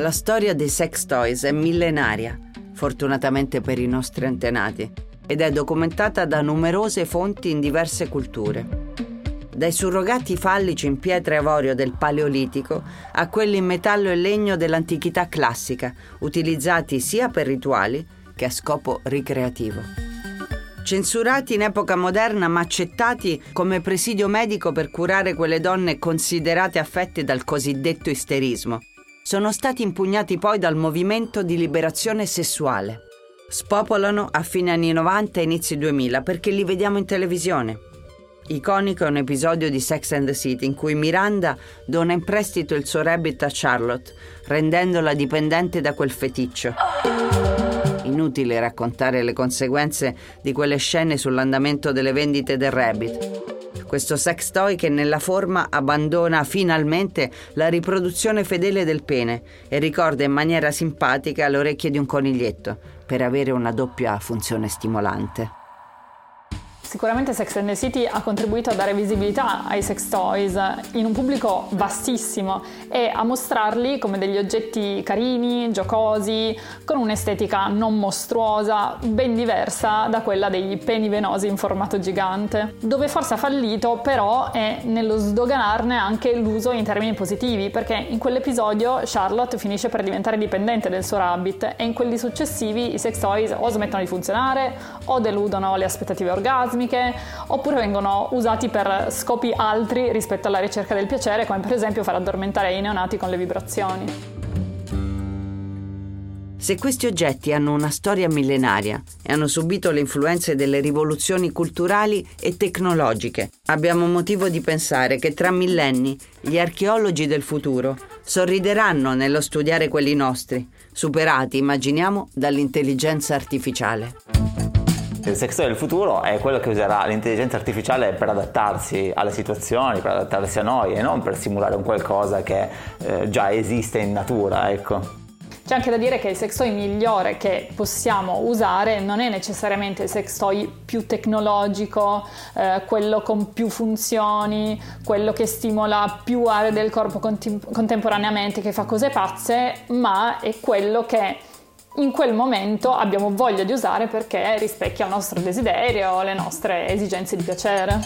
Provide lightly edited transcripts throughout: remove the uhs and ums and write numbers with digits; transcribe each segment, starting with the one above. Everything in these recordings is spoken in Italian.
La storia dei sex toys è millenaria, fortunatamente per i nostri antenati, ed è documentata da numerose fonti in diverse culture. Dai surrogati fallici in pietra e avorio del Paleolitico a quelli in metallo e legno dell'antichità classica, utilizzati sia per rituali che a scopo ricreativo. Censurati in epoca moderna ma accettati come presidio medico per curare quelle donne considerate affette dal cosiddetto isterismo, sono stati impugnati poi dal movimento di liberazione sessuale. Spopolano a fine anni 90 e inizi 2000 perché li vediamo in televisione. Iconico è un episodio di Sex and the City in cui Miranda dona in prestito il suo rabbit a Charlotte, rendendola dipendente da quel feticcio. Inutile raccontare le conseguenze di quelle scene sull'andamento delle vendite del rabbit. Questo sex toy che nella forma abbandona finalmente la riproduzione fedele del pene e ricorda in maniera simpatica le orecchie di un coniglietto per avere una doppia funzione stimolante. Sicuramente Sex and the City ha contribuito a dare visibilità ai sex toys in un pubblico vastissimo e a mostrarli come degli oggetti carini, giocosi, con un'estetica non mostruosa, ben diversa da quella degli peni venosi in formato gigante. Dove forse ha fallito però è nello sdoganarne anche l'uso in termini positivi, perché in quell'episodio Charlotte finisce per diventare dipendente del suo rabbit e in quelli successivi i sex toys o smettono di funzionare o deludono le aspettative orgasmiche oppure vengono usati per scopi altri rispetto alla ricerca del piacere, come per esempio far addormentare i neonati con le vibrazioni. Se questi oggetti hanno una storia millenaria e hanno subito le influenze delle rivoluzioni culturali e tecnologiche, abbiamo motivo di pensare che tra millenni gli archeologi del futuro sorrideranno nello studiare quelli nostri, superati, immaginiamo, dall'intelligenza artificiale. Il sex toy del futuro è quello che userà l'intelligenza artificiale per adattarsi alle situazioni, per adattarsi a noi e non per simulare un qualcosa che già esiste in natura, ecco. C'è anche da dire che il sex toy migliore che possiamo usare non è necessariamente il sex toy più tecnologico, quello con più funzioni, quello che stimola più aree del corpo contemporaneamente, che fa cose pazze, ma è quello che in quel momento abbiamo voglia di usare perché rispecchia il nostro desiderio, le nostre esigenze di piacere.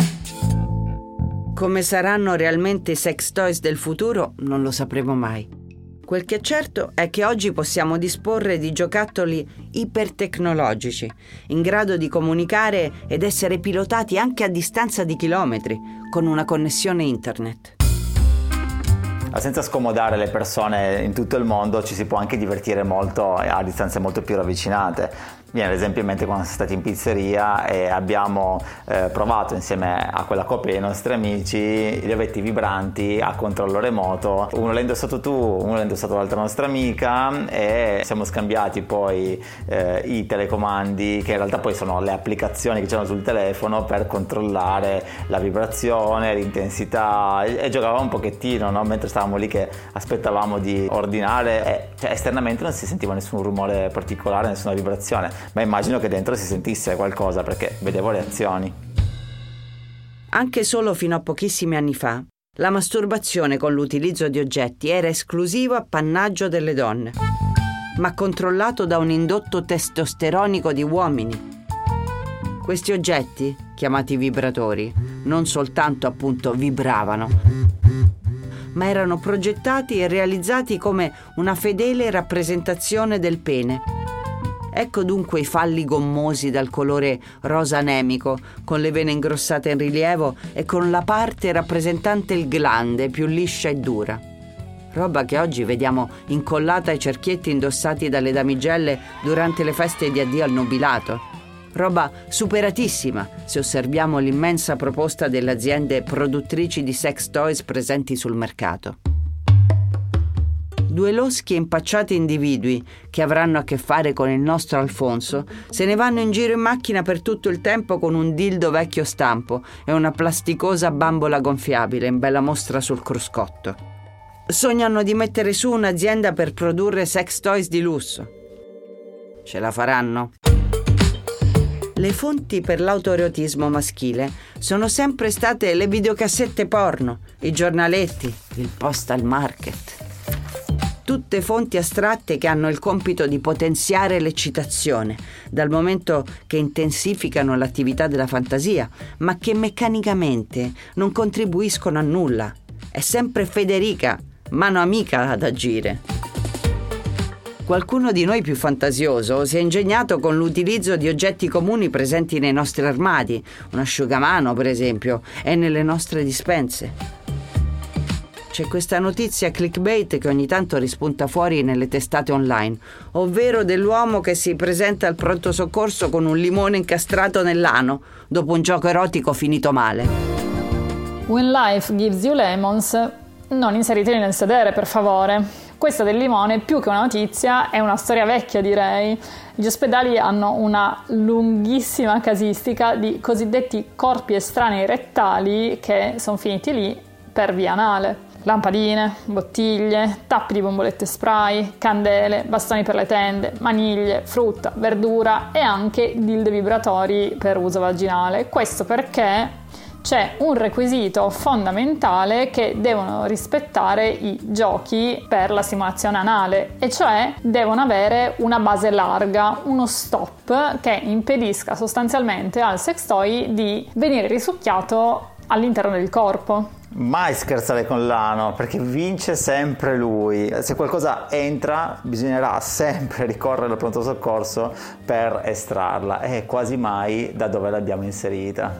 Come saranno realmente i sex toys del futuro non lo sapremo mai. Quel che è certo è che oggi possiamo disporre di giocattoli ipertecnologici, in grado di comunicare ed essere pilotati anche a distanza di chilometri, con una connessione internet. Senza scomodare le persone in tutto il mondo ci si può anche divertire molto a distanze molto più ravvicinate. Viene ad esempio in mente quando siamo stati in pizzeria e abbiamo provato insieme a quella coppia dei nostri amici gli ovetti vibranti a controllo remoto. Uno l'ha indossato tu, uno l'ha indossato l'altra nostra amica e siamo scambiati poi i telecomandi, che in realtà poi sono le applicazioni che c'erano sul telefono per controllare la vibrazione, l'intensità e giocavamo un pochettino, no? Mentre stavamo lì che aspettavamo di ordinare e esternamente non si sentiva nessun rumore particolare, nessuna vibrazione. Ma immagino che dentro si sentisse qualcosa perché vedevo le azioni. Anche solo fino a pochissimi anni fa, la masturbazione con l'utilizzo di oggetti era esclusivo appannaggio delle donne, ma controllato da un indotto testosteronico di uomini. Questi oggetti, chiamati vibratori, non soltanto appunto vibravano, ma erano progettati e realizzati come una fedele rappresentazione del pene. Ecco dunque i falli gommosi dal colore rosa anemico, con le vene ingrossate in rilievo e con la parte rappresentante il glande più liscia e dura. Roba che oggi vediamo incollata ai cerchietti indossati dalle damigelle durante le feste di addio al nubilato. Roba superatissima se osserviamo l'immensa proposta delle aziende produttrici di sex toys presenti sul mercato. Due loschi e impacciati individui che avranno a che fare con il nostro Alfonso se ne vanno in giro in macchina per tutto il tempo con un dildo vecchio stampo e una plasticosa bambola gonfiabile in bella mostra sul cruscotto. Sognano di mettere su un'azienda per produrre sex toys di lusso. Ce la faranno? Le fonti per l'autoerotismo maschile sono sempre state le videocassette porno, i giornaletti, il postal market. tutte fonti astratte che hanno il compito di potenziare l'eccitazione, dal momento che intensificano l'attività della fantasia, ma che meccanicamente non contribuiscono a nulla. È sempre Federica, mano amica, ad agire. Qualcuno di noi più fantasioso si è ingegnato con l'utilizzo di oggetti comuni presenti nei nostri armadi, un asciugamano per esempio, e nelle nostre dispense. C'è questa notizia clickbait che ogni tanto rispunta fuori nelle testate online, ovvero dell'uomo che si presenta al pronto soccorso con un limone incastrato nell'ano dopo un gioco erotico finito male. When life gives you lemons, non inseriteli nel sedere, per favore. Questa del limone, più che una notizia, è una storia vecchia, direi. Gli ospedali hanno una lunghissima casistica di cosiddetti corpi estranei rettali che sono finiti lì per via anale. Lampadine, bottiglie, tappi di bombolette spray, candele, bastoni per le tende, maniglie, frutta, verdura e anche dildo vibratori per uso vaginale. Questo perché c'è un requisito fondamentale che devono rispettare i giochi per la simulazione anale, e cioè devono avere una base larga, uno stop che impedisca sostanzialmente al sex toy di venire risucchiato all'interno del corpo. Mai scherzare con l'ano, perché vince sempre lui. Se qualcosa entra, bisognerà sempre ricorrere al pronto soccorso per estrarla, e quasi mai da dove l'abbiamo inserita.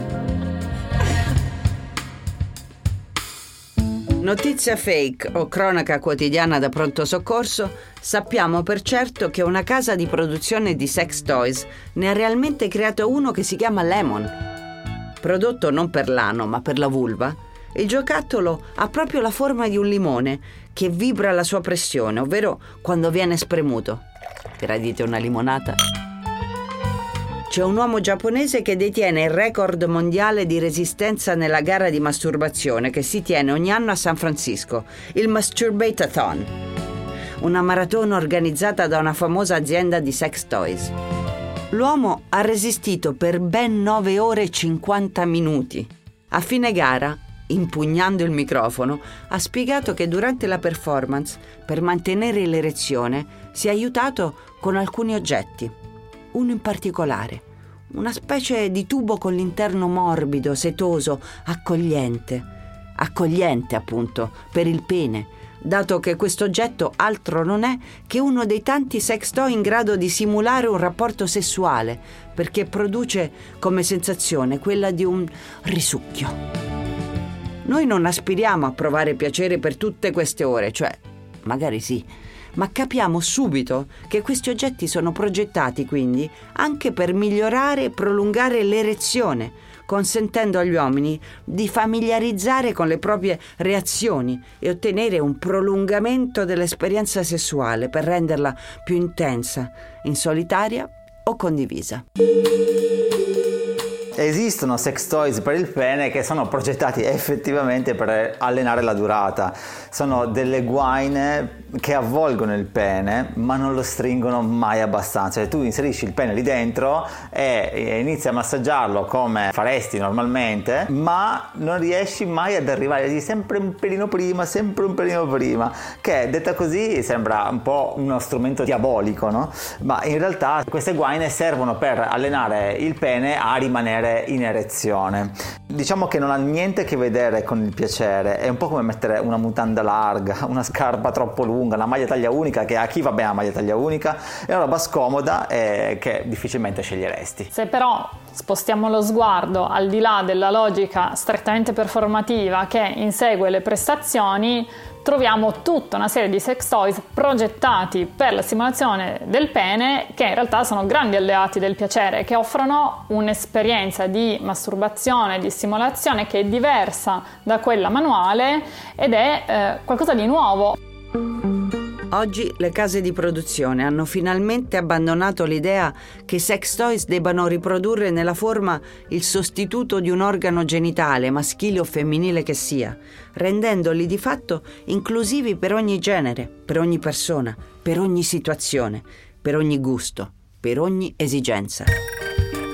Notizia fake o cronaca quotidiana da pronto soccorso, sappiamo per certo che una casa di produzione di sex toys ne ha realmente creato uno che si chiama Lemon. Prodotto non per l'ano ma per la vulva, il giocattolo ha proprio la forma di un limone che vibra alla sua pressione, ovvero quando viene spremuto. Gradite una limonata? C'è un uomo giapponese che detiene il record mondiale di resistenza nella gara di masturbazione che si tiene ogni anno a San Francisco, il Masturbate-a-thon, una maratona organizzata da una famosa azienda di sex toys. L'uomo ha resistito per ben 9 ore e 50 minuti. A fine gara, impugnando il microfono, ha spiegato che durante la performance, per mantenere l'erezione, si è aiutato con alcuni oggetti. Uno in particolare, una specie di tubo con l'interno morbido, setoso, accogliente appunto, per il pene, dato che questo oggetto altro non è che uno dei tanti sex toy in grado di simulare un rapporto sessuale, perché produce come sensazione quella di un risucchio. Noi non aspiriamo a provare piacere per tutte queste ore, cioè, magari sì, ma capiamo subito che questi oggetti sono progettati quindi anche per migliorare e prolungare l'erezione, consentendo agli uomini di familiarizzare con le proprie reazioni e ottenere un prolungamento dell'esperienza sessuale per renderla più intensa, in solitaria o condivisa. Esistono sex toys per il pene che sono progettati effettivamente per allenare la durata. Sono delle guaine che avvolgono il pene ma non lo stringono mai abbastanza. Cioè, tu inserisci il pene lì dentro e inizi a massaggiarlo come faresti normalmente, ma non riesci mai ad arrivare sempre un pelino prima, che detta così sembra un po' uno strumento diabolico, no? Ma in realtà queste guaine servono per allenare il pene a rimanere in erezione. Diciamo che non ha niente a che vedere con il piacere, è un po' come mettere una mutanda larga, una scarpa troppo lunga, una maglia taglia unica, che a chi va bene la maglia taglia unica, è una roba scomoda e che difficilmente sceglieresti. Se però spostiamo lo sguardo al di là della logica strettamente performativa che insegue le prestazioni, troviamo tutta una serie di sex toys progettati per la simulazione del pene che in realtà sono grandi alleati del piacere, che offrono un'esperienza di masturbazione, di stimolazione che è diversa da quella manuale ed è qualcosa di nuovo. Oggi le case di produzione hanno finalmente abbandonato l'idea che i sex toys debbano riprodurre nella forma il sostituto di un organo genitale, maschile o femminile che sia, rendendoli di fatto inclusivi per ogni genere, per ogni persona, per ogni situazione, per ogni gusto, per ogni esigenza.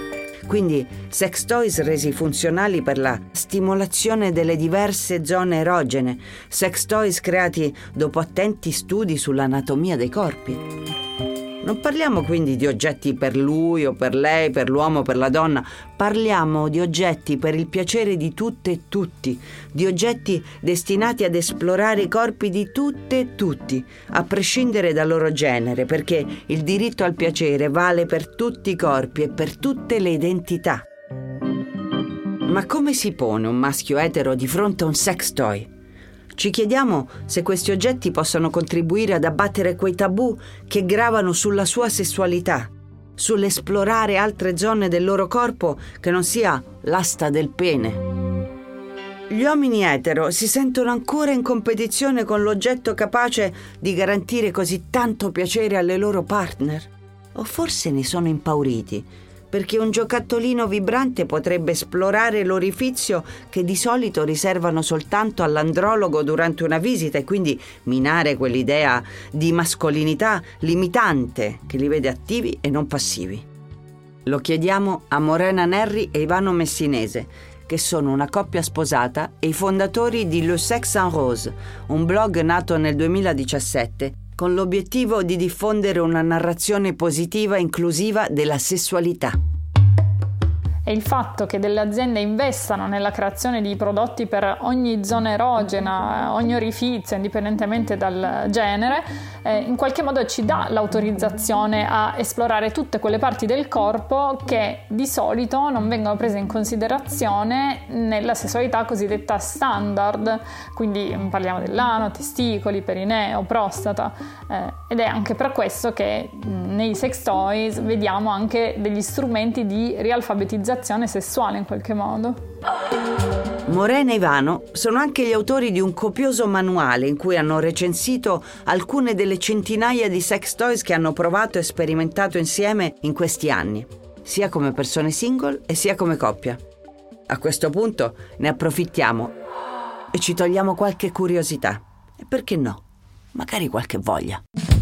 Quindi sex toys resi funzionali per la stimolazione delle diverse zone erogene, sex toys creati dopo attenti studi sull'anatomia dei corpi. Non parliamo quindi di oggetti per lui o per lei, per l'uomo o per la donna, parliamo di oggetti per il piacere di tutte e tutti, di oggetti destinati ad esplorare i corpi di tutte e tutti, a prescindere dal loro genere, perché il diritto al piacere vale per tutti i corpi e per tutte le identità. Ma come si pone un maschio etero di fronte a un sex toy? Ci chiediamo se questi oggetti possano contribuire ad abbattere quei tabù che gravano sulla sua sessualità, sull'esplorare altre zone del loro corpo che non sia l'asta del pene. Gli uomini etero si sentono ancora in competizione con l'oggetto capace di garantire così tanto piacere alle loro partner? O forse ne sono impauriti, perché un giocattolino vibrante potrebbe esplorare l'orifizio che di solito riservano soltanto all'andrologo durante una visita e quindi minare quell'idea di mascolinità limitante che li vede attivi e non passivi. Lo chiediamo a Morena Nerri e Ivano Messinese, che sono una coppia sposata e i fondatori di Le Sexe en Rose, un blog nato nel 2017 con l'obiettivo di diffondere una narrazione positiva e inclusiva della sessualità. E il fatto che delle aziende investano nella creazione di prodotti per ogni zona erogena, ogni orifizio, indipendentemente dal genere, in qualche modo ci dà l'autorizzazione a esplorare tutte quelle parti del corpo che di solito non vengono prese in considerazione nella sessualità cosiddetta standard, quindi parliamo dell'ano, testicoli, perineo, prostata, ed è anche per questo che nei sex toys vediamo anche degli strumenti di rialfabetizzazione sessuale in qualche modo. Morena e Ivano sono anche gli autori di un copioso manuale in cui hanno recensito alcune delle centinaia di sex toys che hanno provato e sperimentato insieme in questi anni, sia come persone single e sia come coppia. A questo punto ne approfittiamo e ci togliamo qualche curiosità. E perché no? Magari qualche voglia.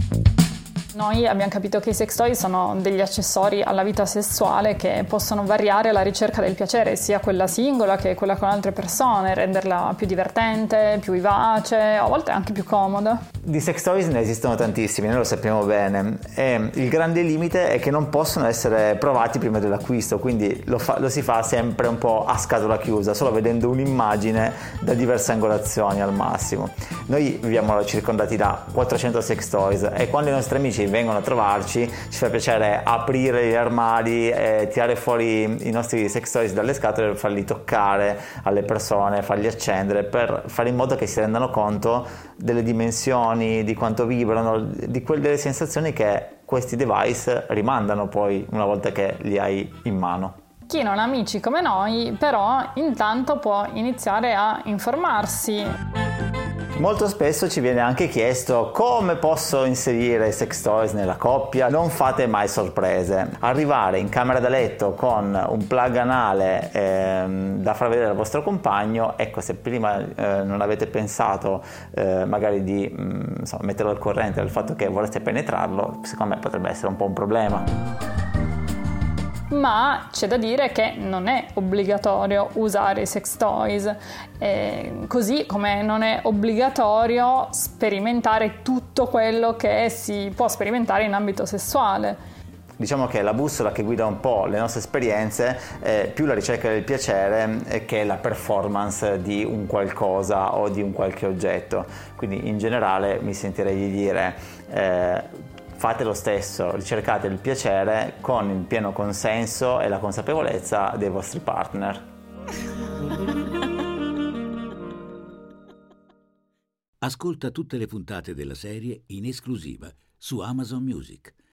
Noi abbiamo capito che i sex toy sono degli accessori alla vita sessuale che possono variare alla ricerca del piacere, sia quella singola che quella con altre persone, renderla più divertente, più vivace, a volte anche più comoda. Di sex toys ne esistono tantissimi, noi lo sappiamo bene, e il grande limite è che non possono essere provati prima dell'acquisto, quindi lo si fa sempre un po' a scatola chiusa, solo vedendo un'immagine da diverse angolazioni al massimo. Noi viviamo circondati da 400 sex toys e quando i nostri amici vengono a trovarci ci fa piacere aprire gli armadi e tirare fuori i nostri sex toys dalle scatole e farli toccare alle persone, farli accendere per fare in modo che si rendano conto delle dimensioni, di quanto vibrano, di quelle sensazioni che questi device rimandano poi una volta che li hai in mano. Chi non ha amici come noi però intanto può iniziare a informarsi. Molto spesso ci viene anche chiesto come posso inserire i sex toys nella coppia. Non fate mai sorprese. Arrivare in camera da letto con un plug anale da far vedere al vostro compagno, ecco, se prima non avete pensato magari di metterlo al corrente del fatto che vorreste penetrarlo, secondo me potrebbe essere un po' un problema. Ma c'è da dire che non è obbligatorio usare i sex toys, così come non è obbligatorio sperimentare tutto quello che si può sperimentare in ambito sessuale. Diciamo che la bussola che guida un po' le nostre esperienze è più la ricerca del piacere che la performance di un qualcosa o di un qualche oggetto. Quindi in generale mi sentirei di dire fate lo stesso, ricercate il piacere con il pieno consenso e la consapevolezza dei vostri partner. Ascolta tutte le puntate della serie in esclusiva su Amazon Music.